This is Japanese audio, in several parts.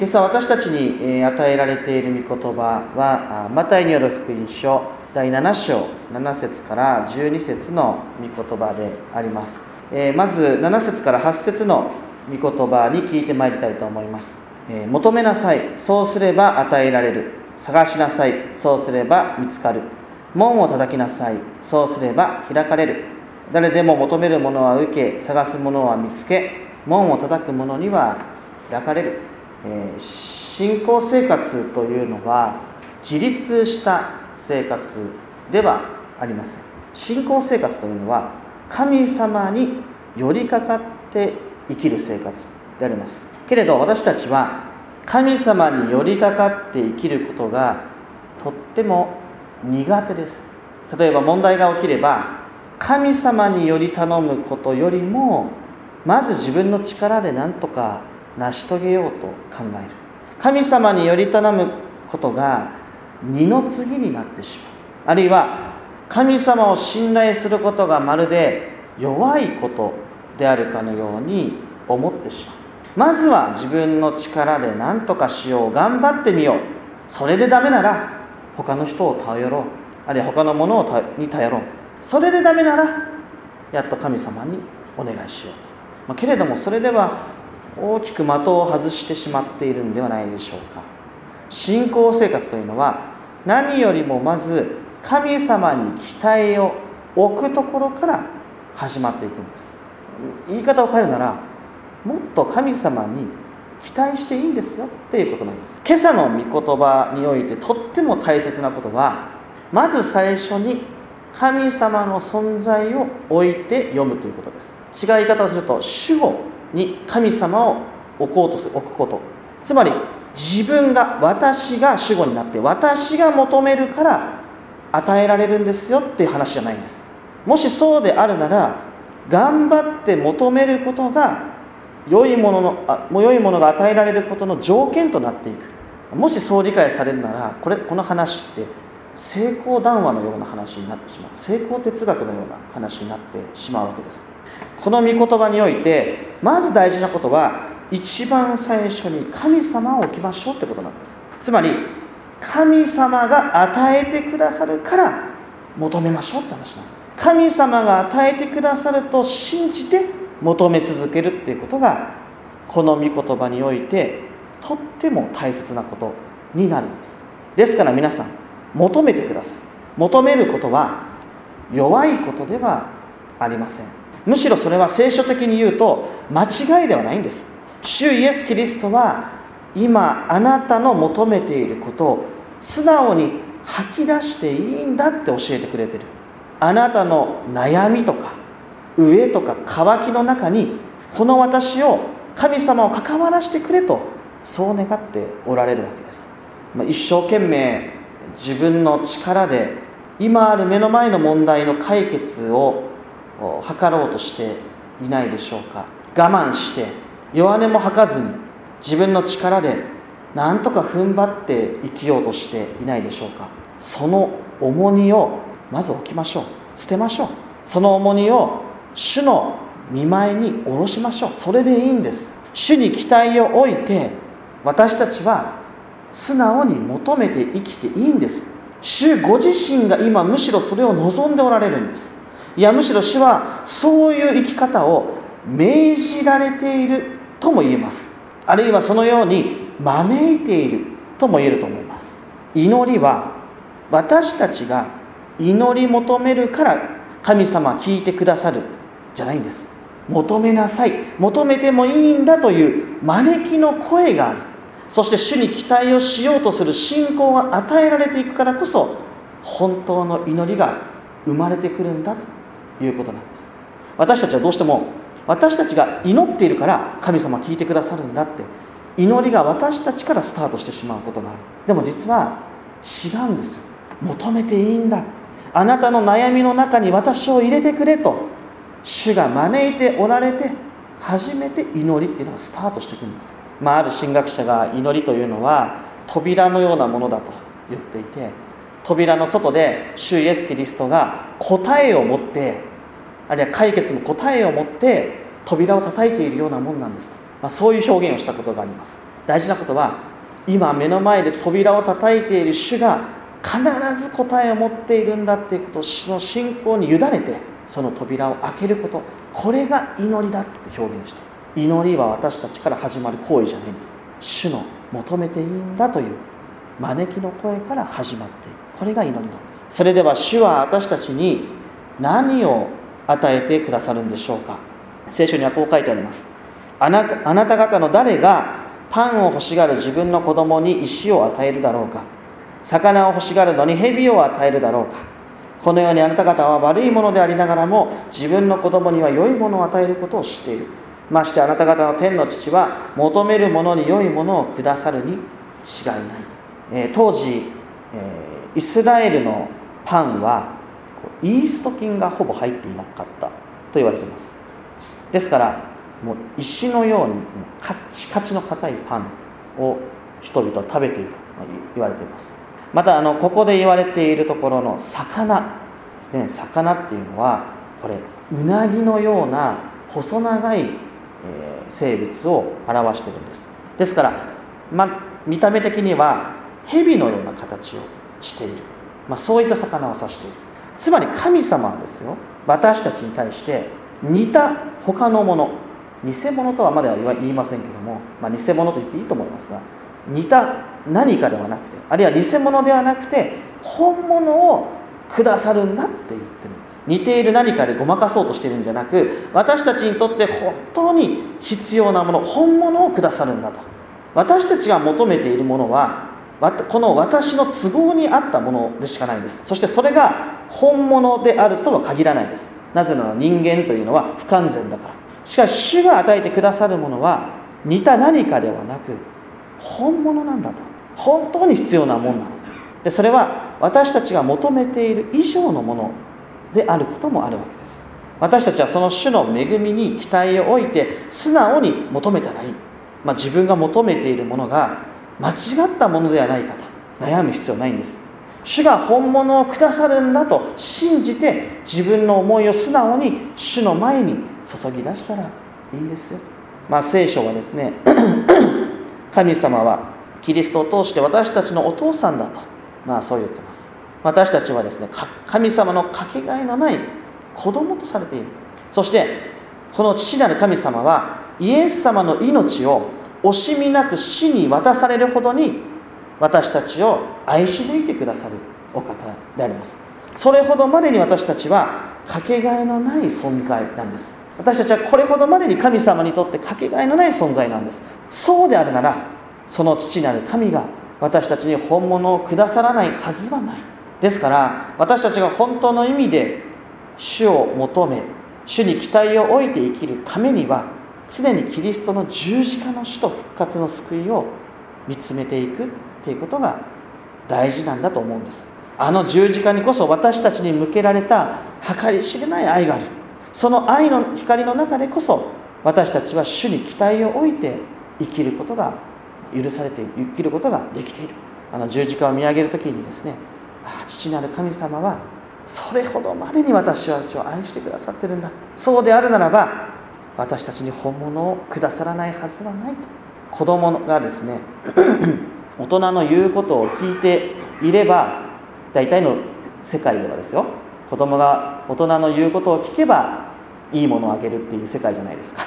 今朝私たちに与えられている御言葉はマタイによる福音書第7章7節から12節の御言葉であります。まず7節から8節の御言葉に聞いてまいりたいと思います。求めなさい、そうすれば与えられる。探しなさい、そうすれば見つかる。門を叩きなさい、そうすれば開かれる。誰でも求める者は受け、探す者は見つけ、門を叩く者には開かれる。信仰生活というのは自立した生活ではありません。信仰生活というのは神様に寄りかかって生きる生活であります。けれど私たちは神様に寄りかかって生きることがとっても苦手です。例えば問題が起きれば神様により頼むことよりもまず自分の力で何とか成し遂げようと考える。神様により頼むことが二の次になってしまう。あるいは神様を信頼することがまるで弱いことであるかのように思ってしまう。まずは自分の力で何とかしよう、頑張ってみよう。それでダメなら他の人を頼ろう、あるいは他のものに頼ろう。それでダメならやっと神様にお願いしようと。けれどもそれでは大きく的を外してしまっているのではないでしょうか。信仰生活というのは何よりもまず神様に期待を置くところから始まっていくんです。言い方を変えるならもっと神様に期待していいんですよっていうことなんです。今朝の御言葉においてとっても大切なことは、まず最初に神様の存在を置いて読むということです。違い方をすると主語に神様を置くこと、つまり私が主語になって私が求めるから与えられるんですよっていう話じゃないんです。もしそうであるなら頑張って求めることが良いものが与えられることの条件となっていく。もしそう理解されるならこの話って成功談話のような話になってしまう、成功哲学のような話になってしまうわけです。この御言葉においてまず大事なことは一番最初に神様を置きましょうってことなんです。つまり神様が与えてくださるから求めましょうって話なんです。神様が与えてくださると信じて求め続けるっていうことがこの御言葉においてとっても大切なことになるんです。ですから皆さん求めてください。求めることは弱いことではありません。むしろそれは聖書的に言うと間違いではないんです。主イエス・キリストは今あなたの求めていることを素直に吐き出していいんだって教えてくれてる。あなたの悩みとか飢えとか渇きの中にこの私を神様を関わらせてくれとそう願っておられるわけです。一生懸命自分の力で今ある目の前の問題の解決を図ろうとしていないでしょうか。我慢して弱音も吐かずに自分の力で何とか踏ん張って生きようとしていないでしょうか。その重荷をまず置きましょう。捨てましょう。その重荷を主の御前に下ろしましょう。それでいいんです。主に期待を置いて私たちは素直に求めて生きていいんです。主ご自身が今むしろそれを望んでおられるんです。いやむしろ主はそういう生き方を命じられているとも言えます。あるいはそのように招いているとも言えると思います。祈りは私たちが祈り求めるから神様聞いてくださるじゃないんです。求めなさい、求めてもいいんだという招きの声があり、そして主に期待をしようとする信仰が与えられていくからこそ本当の祈りが生まれてくるんだということなんです。私たちはどうしても私たちが祈っているから神様聞いてくださるんだって祈りが私たちからスタートしてしまうことがある。でも実は違うんですよ。求めていいんだ、あなたの悩みの中に私を入れてくれと主が招いておられて初めて祈りっていうのがスタートしていくんです。ある神学者が祈りというのは扉のようなものだと言っていて、扉の外で主イエス・キリストが答えを持って、あるいは解決の答えを持って扉を叩いているようなもんなんですと、そういう表現をしたことがあります。 大事なことは、今目の前で扉を叩いている主が必ず答えを持っているんだっていうことを、その信仰に委ねてその扉を開けること、これが祈りだって表現している。祈りは私たちから始まる行為じゃないんです。主の求めていいんだという招きの声から始まっている。これが祈りなんです。それでは主は私たちに何を与えてくださるんでしょうか。聖書にはこう書いてあります。あなた方の誰がパンを欲しがる自分の子供に石を与えるだろうか。魚を欲しがるのに蛇を与えるだろうか。このようにあなた方は悪いものでありながらも自分の子供には良いものを与えることを知っている。ましてあなた方の天の父は求めるものに良いものをくださるに違いない。当時、イスラエルのパンはイースト菌がほぼ入っていなかったと言われています。ですからもう石のようにカッチカチの硬いパンを人々は食べていると言われています。またここで言われているところの魚ですね。魚っていうのはこれうなぎのような細長い生物を表しているんです。ですから、見た目的には蛇のような形をしている、そういった魚を指している。つまり神様はですよ、私たちに対して似た他のもの、偽物とはまでは言いませんけども、偽物と言っていいと思いますが、似た何かではなくて、あるいは偽物ではなくて本物をくださるんだって言ってるんです。似ている何かでごまかそうとしているんじゃなく、私たちにとって本当に必要なもの、本物をくださるんだと。私たちが求めているものはこの私の都合に合ったものでしかないんです。そしてそれが本物であるとは限らないです。なぜなら人間というのは不完全だから。しかし主が与えてくださるものは似た何かではなく本物なんだと。本当に必要なものなので、それは私たちが求めている以上のものであることもあるわけです。私たちはその主の恵みに期待を置いて素直に求めたらいい、自分が求めているものが間違ったものではないかと悩む必要はないんです。主が本物をくださるんだと信じて自分の思いを素直に主の前に注ぎ出したらいいんですよ。聖書はですね神様はキリストを通して私たちのお父さんだと、そう言ってます。私たちはですね、神様のかけがえのない子供とされている。そしてこの父なる神様はイエス様の命を惜しみなく死に渡されるほどに私たちを愛し抜いてくださるお方であります。それほどまでに私たちはかけがえのない存在なんです。私たちはこれほどまでに神様にとってかけがえのない存在なんです。そうであるならその父なる神が私たちに本物をくださらないはずはない。ですから私たちが本当の意味で主を求め主に期待を置いて生きるためには常にキリストの十字架の死と復活の救いを見つめていくということが大事なんだと思うんです。十字架にこそ私たちに向けられた計り知れない愛がある。その愛の光の中でこそ私たちは主に期待を置いて生きることが許されている、生きることができている。十字架を見上げるときにですね、父なる神様はそれほどまでに私たちを愛してくださっているんだ。そうであるならば私たちに本物をくださらないはずはないと。子供がですね大人の言うことを聞いていれば、大体の世界ではですよ、子供が大人の言うことを聞けばいいものをあげるっていう世界じゃないですか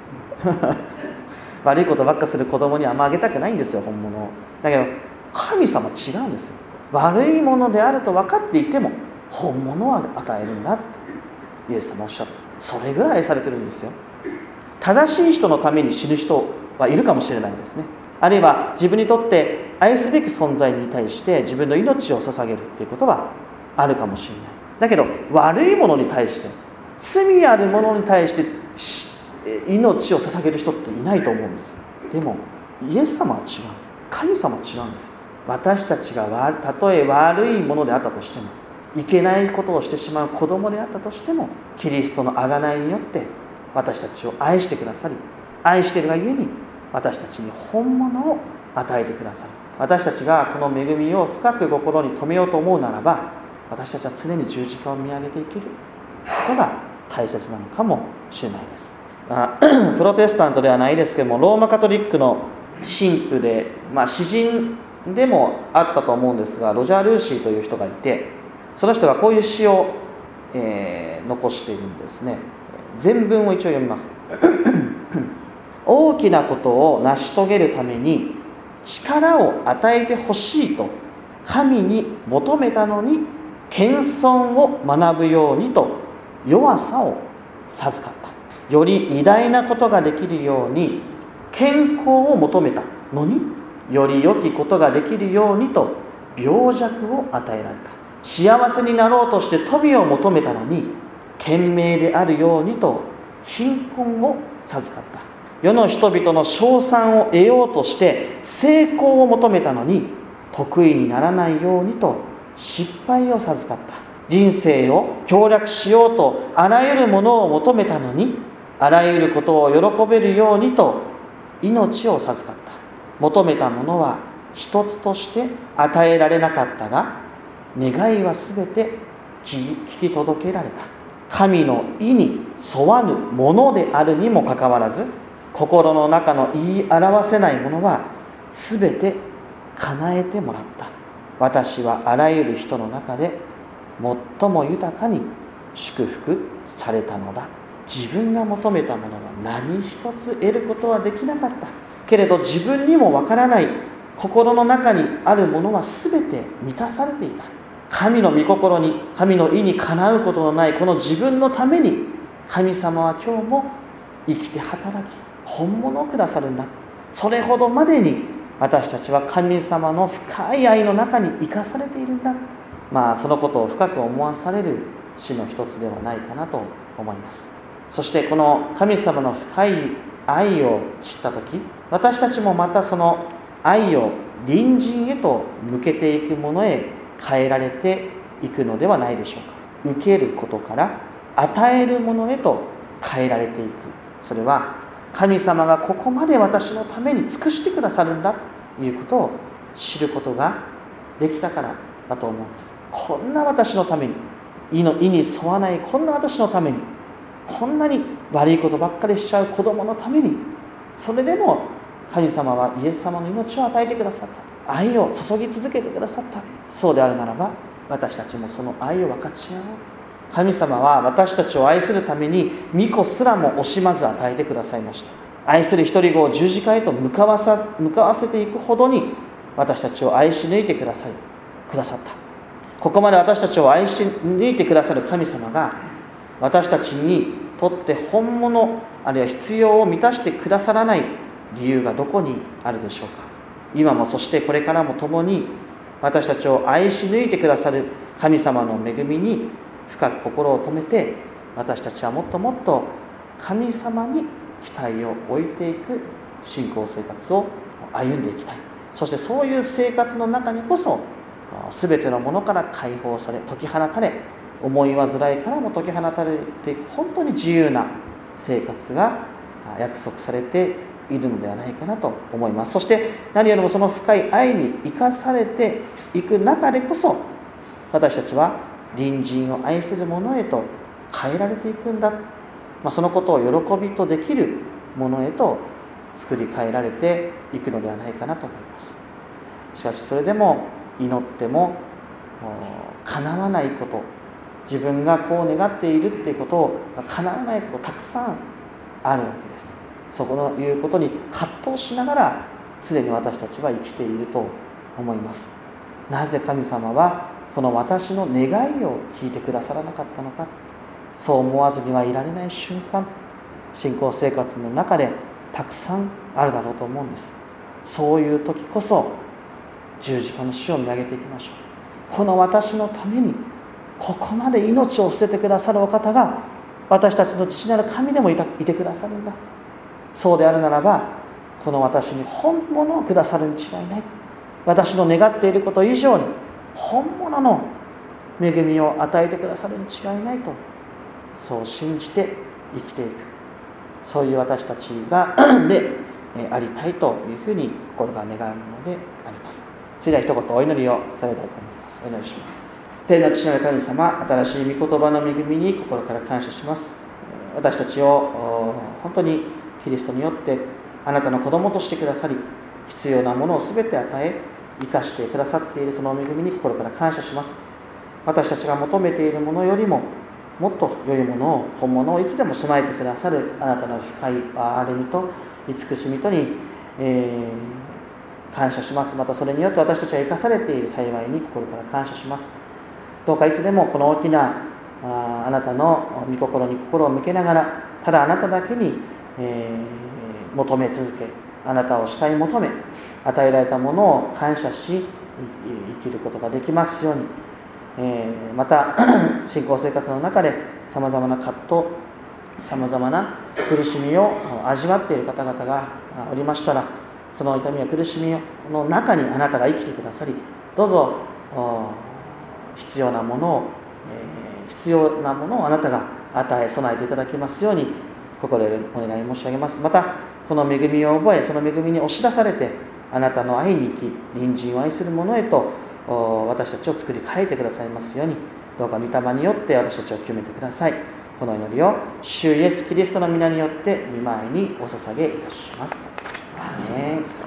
悪いことばっかする子供にはあんまあげたくないんですよ、本物を。だけど神様違うんですよ。悪いものであると分かっていても本物を与えるんだってイエス様おっしゃった。それぐらい愛されてるんですよ。正しい人のために死ぬ人はいるかもしれないですね。あるいは自分にとって愛すべき存在に対して自分の命を捧げるということはあるかもしれない。だけど悪いものに対して、罪あるものに対して命を捧げる人っていないと思うんですよ。でもイエス様は違う。神様は違うんですよ。私たちがたとえ悪いものであったとしても、いけないことをしてしまう子供であったとしても、キリストの贖いによって私たちを愛してくださり、愛しているがゆえに私たちに本物を与えてくださる。私たちがこの恵みを深く心に留めようと思うならば、私たちは常に十字架を見上げて生きることが大切なのかもしれないです。プロテスタントではないですけども、ローマカトリックの神父で、詩人でもあったと思うんですが、ロジャー・ルーシーという人がいて、その人がこういう詩を、残しているんですね。全文を一応読みます。大きなことを成し遂げるために力を与えてほしいと神に求めたのに、謙遜を学ぶようにと弱さを授かった。より偉大なことができるように健康を求めたのに、より良きことができるようにと病弱を与えられた。幸せになろうとして富を求めたのに、賢明であるようにと貧困を授かった。世の人々の称賛を得ようとして成功を求めたのに、得意にならないようにと失敗を授かった。人生を享楽しようとあらゆるものを求めたのに、あらゆることを喜べるようにと命を授かった。求めたものは一つとして与えられなかったが、願いはすべて聞き届けられた。神の意に沿わぬものであるにもかかわらず、心の中の言い表せないものはすべて叶えてもらった。私はあらゆる人の中で最も豊かに祝福されたのだ。自分が求めたものは何一つ得ることはできなかったけれど、自分にもわからない心の中にあるものはすべて満たされていた。神の御心に、神の意にかなうことのないこの自分のために、神様は今日も生きて働き本物をくださるんだ。それほどまでに私たちは神様の深い愛の中に生かされているんだ。そのことを深く思わされる詩の一つではないかなと思います。そしてこの神様の深い愛を知ったとき、私たちもまたその愛を隣人へと向けていくものへ変えられていくのではないでしょうか。受けることから与えるものへと変えられていく。それは神様がここまで私のために尽くしてくださるんだということを知ることができたからだと思うんです。こんな私のために、意に沿わないこんな私のために、こんなに悪いことばっかりしちゃう子供のために、それでも神様はイエス様の命を与えてくださった。愛を注ぎ続けてくださった。そうであるならば、私たちもその愛を分かち合おう。神様は私たちを愛するために御子すらも惜しまず与えてくださいました。愛する一人子を十字架へと向かわせていくほどに私たちを愛し抜いてくださった。ここまで私たちを愛し抜いてくださる神様が、私たちにとって本物あるいは必要を満たしてくださらない理由がどこにあるでしょうか。今もそしてこれからも共に私たちを愛し抜いてくださる神様の恵みに深く心を留めて、私たちはもっともっと神様に期待を置いていく信仰生活を歩んでいきたい。そしてそういう生活の中にこそ全てのものから解放され、解き放たれ、思い煩いからも解き放たれていく本当に自由な生活が約束されているのではないかなと思います。そして何よりもその深い愛に生かされていく中でこそ、私たちは隣人を愛する者へと変えられていくんだ、そのことを喜びとできるものへと作り変えられていくのではないかなと思います。しかしそれでも祈っても叶わないこと、自分がこう願っているっていうことを叶わないことたくさんあるわけです。そこのいうことに葛藤しながら常に私たちは生きていると思います。なぜ神様はこの私の願いを聞いてくださらなかったのか、そう思わずにはいられない瞬間、信仰生活の中でたくさんあるだろうと思うんです。そういう時こそ十字架の死を見上げていきましょう。この私のためにここまで命を捨ててくださるお方が私たちの父なる神でもいてくださるんだ。そうであるならば、この私に本物をくださるに違いない。私の願っていること以上に本物の恵みを与えてくださるに違いないと、そう信じて生きていく、そういう私たちがでありたいというふうに心が願うものであります。それでは一言お祈りをされたいと思います。お祈りします。天の父なる神様、新しい御言葉の恵みに心から感謝します。私たちを本当にキリストによってあなたの子供としてくださり、 必要なものを全て与え生かしてくださっているその恵みに心から感謝します。私たちが求めているものよりももっと良いものを、本物をいつでも備えてくださるあなたの深い憐れみと慈しみとに、感謝します。またそれによって私たちが生かされている幸いに心から感謝します。どうかいつでもこの大きなあなたの御心に心を向けながら、ただあなただけに、求め続け、あなたを慕い求め、与えられたものを感謝し生きることができますように。また信仰生活の中でさまざまな葛藤、さまざまな苦しみを味わっている方々がおりましたら、その痛みや苦しみの中にあなたが生きてくださり、どうぞ必要なものをあなたが与え備えていただきますように心よりお願い申し上げます。またこの恵みを覚え、その恵みに押し出されてあなたの愛に生き、隣人を愛する者へと私たちを作り変えてくださいますように、どうか御霊によって私たちを清めてください。この祈りを主イエスキリストの皆によって御前にお捧げいたします。アーメン。